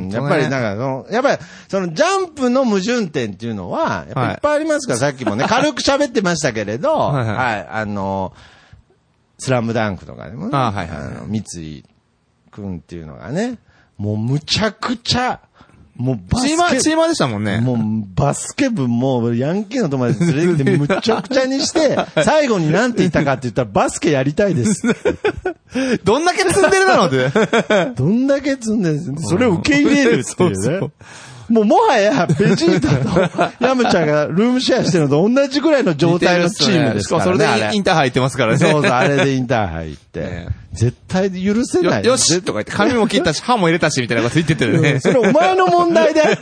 やっぱりなんかその、やっぱりそのジャンプの矛盾点っていうのは、やっぱいっぱいありますから、はい、さっきもね、軽く喋ってましたけれど、はい、はいはい、あの、スラムダンクとかでもね、あ、はいはい、あの、三井くんっていうのがね、もうむちゃくちゃ、もうバスケ。 チーマー、チーマーでしたもんね。 もうバスケ部もヤンキーの友達連れてきてむちゃくちゃにして、最後に何て言ったかって言ったらバスケやりたいです。 どんだけ積んでるだろうって。 どんだけ積んでるんですそれを受け入れるっていうね。そうそうもうもはやベジータとヤムちゃんがルームシェアしてるのと同じぐらいの状態のチームですからね。 しかもそれでインターハイ行ってますからね。 そうそう、あれでインターハイ行って。ね、絶対許せない。 よ, よしとか言って、髪も切ったし、歯も入れたし、みたいなこと言っててね、 うん。それお前の問題であって、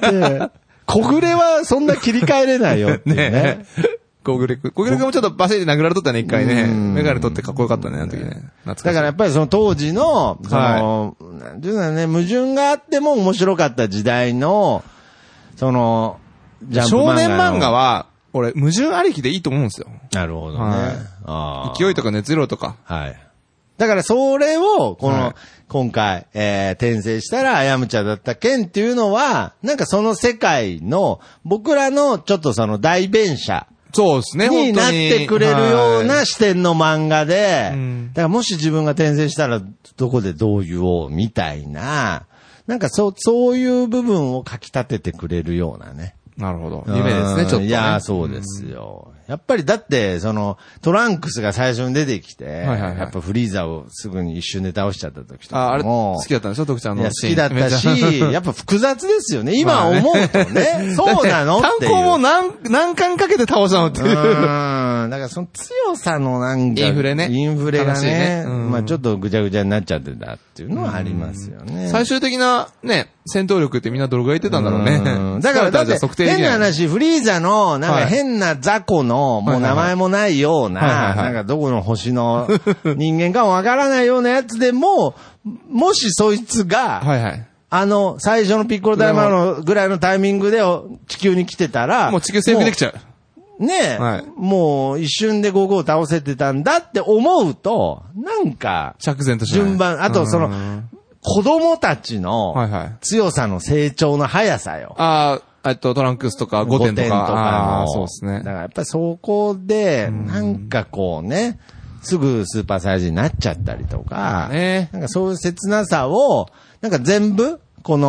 小暮はそんな切り替えれないよっていうね。ね小暮くん。小暮くんもちょっとバシッて殴られとったね、一回ね。メガネ取ってかっこよかったね、あの時ね。 だからやっぱりその当時の、その、はい、なんていうのね、矛盾があっても面白かった時代の、その、ジャンプ漫画の。少年漫画は、 俺、矛盾ありきでいいと思うんですよ。 なるほどね。はい、 あ勢いとか熱量とか。 はい。だからそれを、この、はい、今回、えー、転生したら、あやむちゃんだった件っていうのは、なんかその世界の、僕らのちょっとその代弁者。 そうですね、 になってくれるような視点の漫画で、はい、だからもし自分が転生したら、どこでどう言おう、みたいな、なんかそう、そういう部分をかき立ててくれるようなね。 なるほど。夢ですね、ちょっと、ね。 いや、そうですよ。やっぱりだって、その、トランクスが最初に出てきて、はいはいはい、やっぱフリーザをすぐに一瞬で倒しちゃった時とかも。あ、あれ好きだったんでしょ、徳ちゃんの。 いや、好きだったし、やっぱ複雑ですよね。今思うとね。そうなのっていう。 単行も何、何巻かけて倒したのっていう。うん。 だからその強さのなんか。 インフレね。 インフレがね。ねうん、まあちょっとぐちゃぐちゃになっちゃってたっていうのはありますよね。 最終的なね、戦闘力ってみんなどれぐらい言ってたんだろうね。 うんだから、だって変な話、フリーザの、なんか変な雑魚の、もう名前もないような、なんかどこの星の人間かもわからないようなやつでも、もしそいつが、はいはい、あの、最初のピッコロ大魔王のぐらいのタイミングで地球に来てたら、 もう地球征服できちゃう。 ねえ、はい、もう一瞬でゴーゴー倒せてたんだって思うと、なんか、 釈然としない。順番、あとその、子供たちの強さの成長の速さよ。 ああ、えっと、トランクスとかゴテンとか。ゴテンとかも。そうですね。だからやっぱりそこで、なんかこうね、すぐスーパーサイズになっちゃったりとか、ね、なんかそういう切なさを、なんか全部、この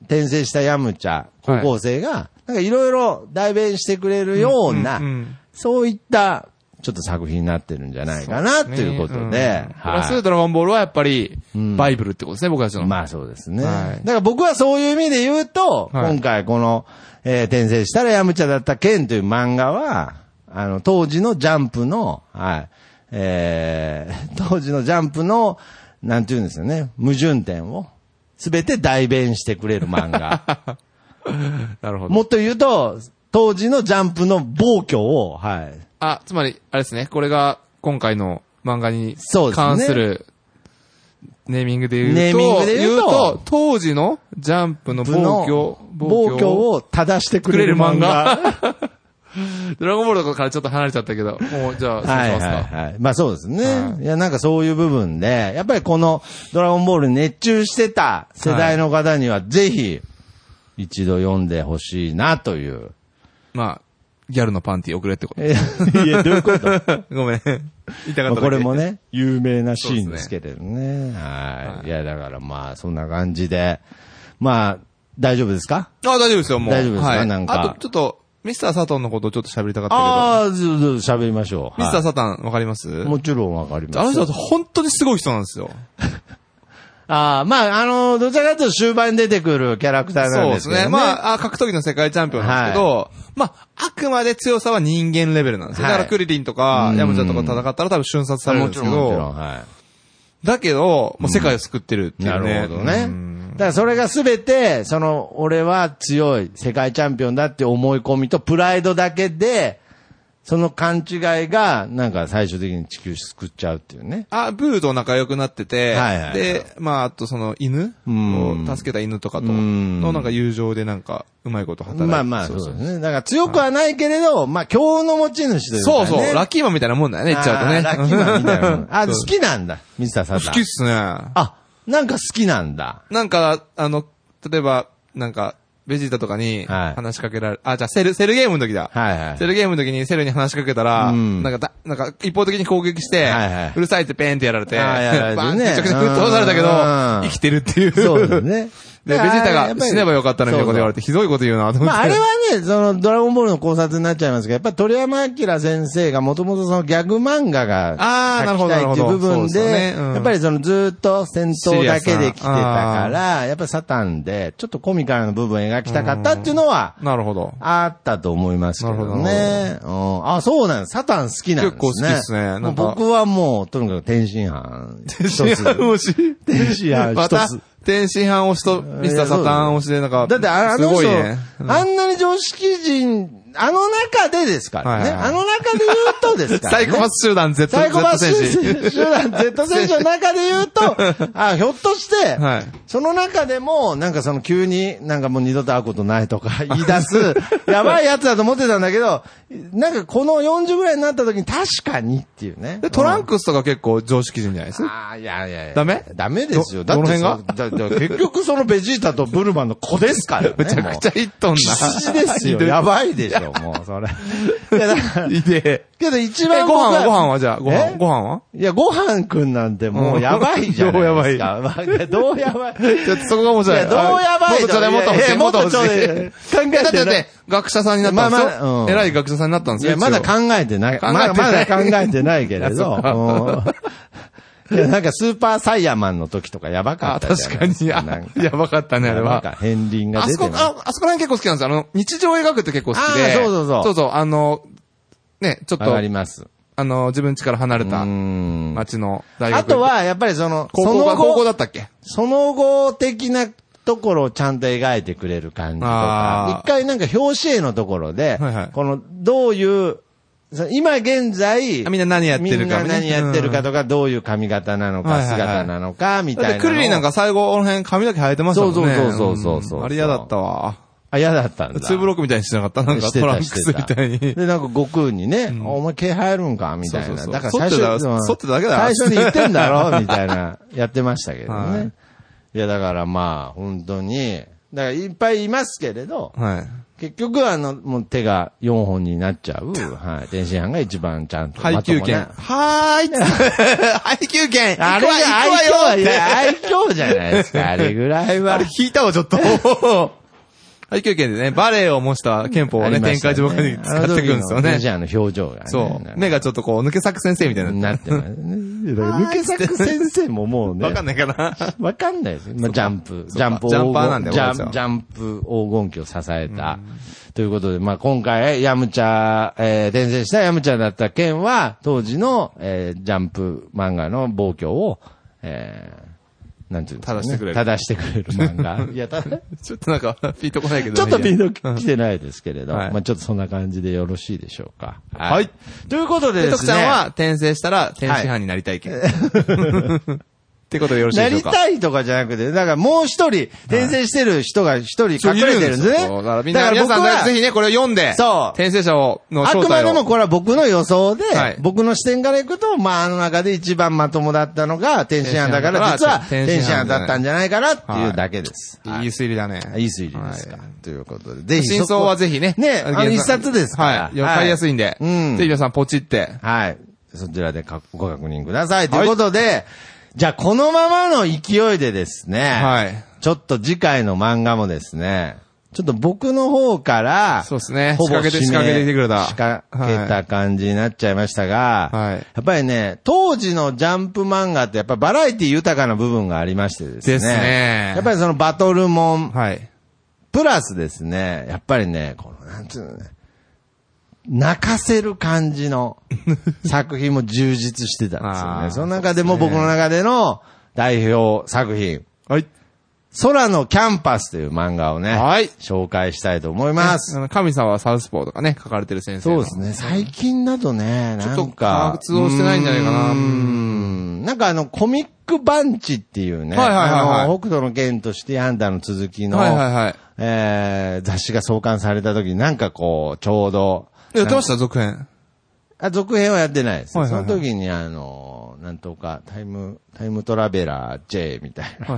転生したヤムチャ、高校生が、はい、なんかいろいろ代弁してくれるような、うんうんうん、そういった、ちょっと作品になってるんじゃないかな、っていうことで。うん、プラス、ドラゴンボールはやっぱり、バイブルってことですね、うん、僕たちの。 まあそうですね。はい、だから僕はそういう意味で言うと、はい、今回この、えー、転生したらヤムチャだった剣という漫画は、あの、当時のジャンプの、はい、えー、当時のジャンプの、なんていうんですよね、矛盾点を、すべて代弁してくれる漫画。 なるほど。 もっと言うと、当時のジャンプの暴挙を、はい。 あ、つまり、あれですね。これが今回の漫画に関するネーミングで言うと、 ネーミングで言うと、言うと当時のジャンプの暴挙、 暴挙を正してくれる漫画。 ドラゴンボールからちょっと離れちゃったけど、もうじゃあ、そうしますか。はいはいはい。 まあそうですね。はい、いや、なんかそういう部分で、やっぱりこのドラゴンボールに熱中してた世代の方には、ぜひ、一度読んでほしいなという。 まあ、ギャルのパンティ送れってこと。 いや、どういうことごめん。言いたかっただけ。 これもね、有名なシーンですけれどね。ねはい。いや、だからまあ、そんな感じで。まあ、大丈夫ですか？ あ、大丈夫ですよ、もう。 大丈夫ですか、 はい、 なんか。 あと、ちょっと、ミスターサタンのことをちょっと喋りたかったけど。 ああ、ずっと喋りましょう。 ミスターサタンわかります？ もちろんわかります。 あの人は本当にすごい人なんですよ。 ああ、まあ、あの、どちらかというと終盤に出てくるキャラクターなんですけどね。そうですね。 まあ、格闘技の世界チャンピオンなんですけど、はい、まあ、あくまで強さは人間レベルなんですよ。はい、だからクリリンとか、ヤムチャとか戦ったら多分瞬殺されるんですけど、もちろんもちろん、はい、だけど、もう世界を救ってるっていうね。うん、なるほどね。 だからそれがすべて、その、俺は強い世界チャンピオンだって思い込みとプライドだけで、その勘違いが、なんか最終的に地球救っちゃうっていうね。 あ、ブーと仲良くなってて、はいはいはい、で、まあ、あとその犬を助けた犬とかとのなんか友情でなんか、うまいこと働いて。 まあまあ、そうですね。だから強くはないけれど、はい、まあ、今日の持ち主というか、ね。 そうそう、ラッキーマンみたいなもんだよね、言っちゃうとね。 ラッキーマンみたいなもん。あ、好きなんだ、ミスターサタン。 好きっすね。 あ、なんか好きなんだ。 なんか、あの、例えば、なんか、ベジータとかに話しかけられる。はい、あ、じゃあセル、セルゲームの時だ。はいはい。セルゲームの時にセルに話しかけたら、うん、なんかだ、なんか一方的に攻撃して、はいはい、うるさいってペーンってやられて、バーンってめちゃくちゃ沸騰されたけど、生きてるっていう。そうですね。で、ベジータが死ねばよかったのみたいなこと言われて、ひどいこと言うなと思って。 まあ、あれはね、その、ドラゴンボールの考察になっちゃいますけど、やっぱり鳥山明先生がもともとそのギャグ漫画が描きたいっていう部分で、ねうん、やっぱりそのずっと戦闘だけで来てたから、やっぱりサタンで、ちょっとコミカルな部分を描きたかったっていうのは、 なるほど。 あったと思いますけどね。うん、あ、そうなんです。サタン好きなんですね。 結構好きですね。 なんか僕はもう、とにかく天津飯。 天津飯推し天津飯一つ。 天津飯推しとミスターサタン推しでなんか、 だってあの人、 すごいねうん、 あんなに常識人、あの中でですからね。はいはいはい、あの中で言うとですからね。 サイコパス集団 Z サイコパス集団 Z 選手の中で言うと、あ、ひょっとして、はい、その中でも、なんかその急になんかもう二度と会うことないとか言い出す、やばいやつだと思ってたんだけど、なんかこのよんじゅうぐらいになった時に確かにっていうね。 で、トランクスとか結構常識人じゃないですか。 ああ、いやいやいや。 ダメダメですよ。 だってどの辺がだ結局そのベジータとブルマの子ですからね。 めちゃくちゃヒットんな。 必死ですよ。やばいでしょ、もうそれ。いや、だから。いで。 けど一番ご飯はご飯はじゃあ、ご飯、ご飯はいや、ご飯くんなんてもうやばいじゃん。どうやばいどうやばいちょっとそこが面白い。 いや、どうやばいもっとちょうだい、もっと欲しい、もっと欲しい。考えてだって、 学者さんになったんですよ。まあまあ、偉い学者さんになったんですよ。 いや、まだ考えてない。まだ、まだ考えてないけれど。いや、なんかスーパーサイヤマンの時とかやばかったじゃないですか。 確かに、やばかったね、あれは。 なんか片鱗が出てます。 あそこ、あ、あそこら辺結構好きなんですよ。あの、日常を描くって結構好きで。 あそうそうそう。 そうそう、あの、ね、ちょっと。 わかります。 あの、自分家から離れた町の大学。 あとは、やっぱりその、 高校が高校だったっけ？ その後的なところをちゃんと描いてくれる感じとか。一回なんか表紙絵のところで、はいはい、この、どういう、今現在、 みんな何やってるか、 みんな何やってるかとか、どういう髪型なのか、姿なのか、みたいな。 クリリンなんか最後、この辺髪の毛生えてましたもんね。 そうそうそうそう。 あれ嫌だったわ。 あ、嫌だったんだ。 ツーブロックみたいにしてなかったなんかトランクスみたいに。 で、なんか悟空にね、お前毛生えるんかみたいな。だから最初、 剃ってただけだ最初に言ってんだろみたいな、やってましたけどね。いや、だからまあ、本当に、だからいっぱいいますけれど、はい。 結局あの、もう手がよんほんになっちゃう、はい。天津飯が一番ちゃんと。 配給券。はーい。配給券。 あれが愛嬌、愛嬌じゃないですか、あれぐらいは。 あれ引いたわ、ちょっと。配給券でね、バレエを模した憲法をね、天下地獄に使ってくるんですよね。 じゃあの表情がね。 そう。目がちょっとこう、抜け作先生みたいになってますね。抜け作先生ももうね。 わかんないかな。 わかんないですよ。まあ、ジャンプ。ジャンプジャンパーなんだよ、 ジャンプ黄金期を支えた。ということで、まあ、今回、ヤムチャ、えー、転生したヤムチャだった件は、当時の、えー、ジャンプ漫画の暴挙を、えー、なんていうんですかね。正してくれる。正してくれる漫画。いや、ただ、 ちょっとなんか、ピンとこないけど。 ちょっとピンと来てないですけれど、はい、まあちょっとそんな感じでよろしいでしょうか。 はい。はい、 ということでですね。 徳ちゃんは転生したら天使班になりたいけど。はいってことでよろしいでしょうか。 なりたいとかじゃなくて、だからもう一人、転生してる人が一人隠れてるんですね。 だからみんな、皆さんぜひね、これを読んで、そう。転生者を、の正体を。 あくまでもこれは僕の予想で、はい、僕の視点からいくと、まああの中で一番まともだったのが天津飯だから、実は天津飯だったんじゃないかなっていうだけです。 はい、いい推理だね。 いい推理ですか。はい、ということで、 ぜひ。真相はぜひね。 ね、あの一冊ですから。 はい。買いやすいんで。うん。ぜひ皆さんポチって。 はい。そちらでご確認ください。ということで、じゃあ、このままの勢いでですね。はい。ちょっと次回の漫画もですね。ちょっと僕の方から、 そうですね。仕掛けて、仕掛けてきてくれた。 仕掛けた感じになっちゃいましたが。はい。やっぱりね、当時のジャンプ漫画ってやっぱバラエティ豊かな部分がありましてですね。 ですね。 やっぱりそのバトルモン。はい。プラスですね、やっぱりね、この、なんつうのね。泣かせる感じの作品も充実してたんですよね。その中でも僕の中での代表作品。はい。空のキャンパスという漫画をね。はい。紹介したいと思います。 神様はサウスポーとかね、書かれてる先生の。 そうですね。最近だとね、なんか。ちょっと活動してないんじゃないかな。うん。なんかあの、コミックバンチっていうね。はいはいはい、はい。あの、北斗の拳とシティハンターの続きの。はいはいはい。えー、雑誌が創刊された時になんかこう、ちょうど、 やってました続編。 あ、続編はやってないです。はいはいはい、その時にあの、なんとか、タイム、タイムトラベラー J みたいな、はい、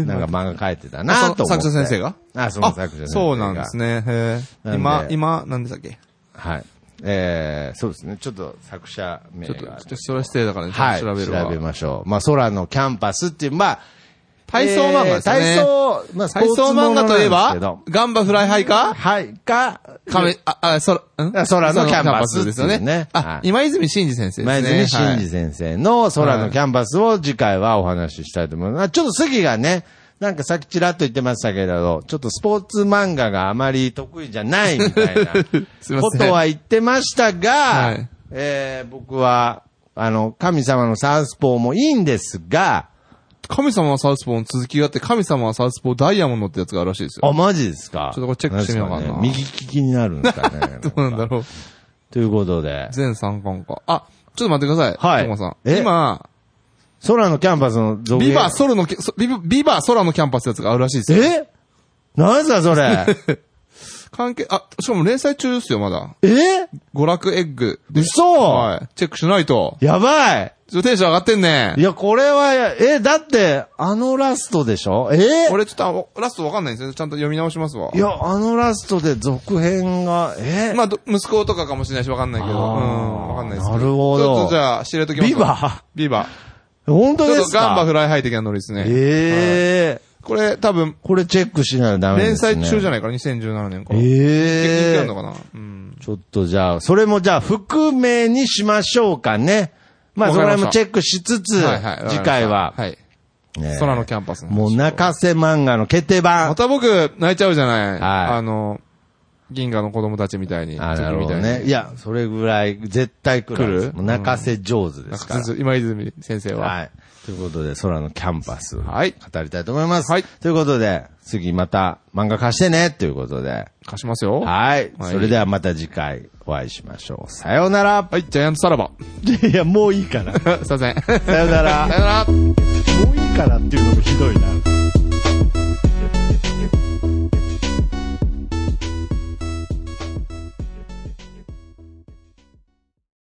なんか漫画書いてたなと思って。 作者先生があ、その作者先生が。 そうなんですね。へ今、今、何でしたっけはい。えー、そうですね。ちょっと作者名が。 ちょっと、それは失礼だからね。はい。調べるわ。 調べましょう。まあ、空のキャンパスっていう、まあ、 体操漫画ですね。 体操、 まあ、体操漫画といえば、ガンバフライハイかはい、か、 亀、あ、あ、空、ん空のキャンパスですよね。あ、今泉真司先生ですね。 今泉真司先生の空のキャンパスを次回はお話ししたいと思います。ちょっと杉がね、なんかさっきちらっと言ってましたけれど、ちょっとスポーツ漫画があまり得意じゃないみたいなことは言ってましたが、はい、えー、僕は、あの、神様のサウスポーもいいんですが、 神様はサウスポーの続きがあって、神様はサウスポーダイヤモンドってやつがあるらしいですよ。 あ、マジですか？ ちょっとこれチェックしてみようかな。 ね、右利きになるんですかね。 どうなんだろう。 ということで。 全さんかんか。あ、ちょっと待ってください。はい。トモさん。 え今、 空のキャンパスの続編。ビバ空の、ビバ、ビバ空のキャンパスってやつがあるらしいですよ。 えなんすかそれ。 関係、あ、しかも連載中ですよ、まだ。 え娯楽エッグ。 嘘はい。チェックしないと。 やばい。 ちょっとテンション上がってんね。 いや、これは、え、だって、あのラストでしょえ俺ちょっと、ラストわかんないんですよ。ちゃんと読み直しますわ。 いや、あのラストで続編が、えまあ、息子とかかもしれないしわかんないけど。うん、わかんないですけど。 なるほど。 ちょっとじゃあ、知れときますビバビバ。 本当ですか？ ちょっとガンバフライハイ的なノリですね。 ええー。はいこれ多分。 これチェックしないとダメですね。 連載中じゃないかな、にせんじゅうななねんから。 ええー。 人気あるのかな、うん、 ちょっとじゃあ、それもじゃあ、含めにしましょうかね。まあ、それもチェックしつつ、はいはい、次回は。はい。 ね、空のキャンパスの。 もう泣かせ漫画の決定版。 また僕、泣いちゃうじゃない。はい。あの、銀河の子供たちみたいに。 あ、なるほどね。いや、それぐらい絶対来る。来る泣かせ上手ですから。 うん、今泉先生は。 はい。ということで、空のキャンパス。はい。語りたいと思います。はい。ということで、次また漫画貸してね、ということで。 貸しますよ。 はい。はい、それではまた次回お会いしましょう。さようなら。 はい、ジャイアントさらば。 いや、もういいから。 すいません。 さようなら。 さようなら。 もういいからっていうのもひどいな。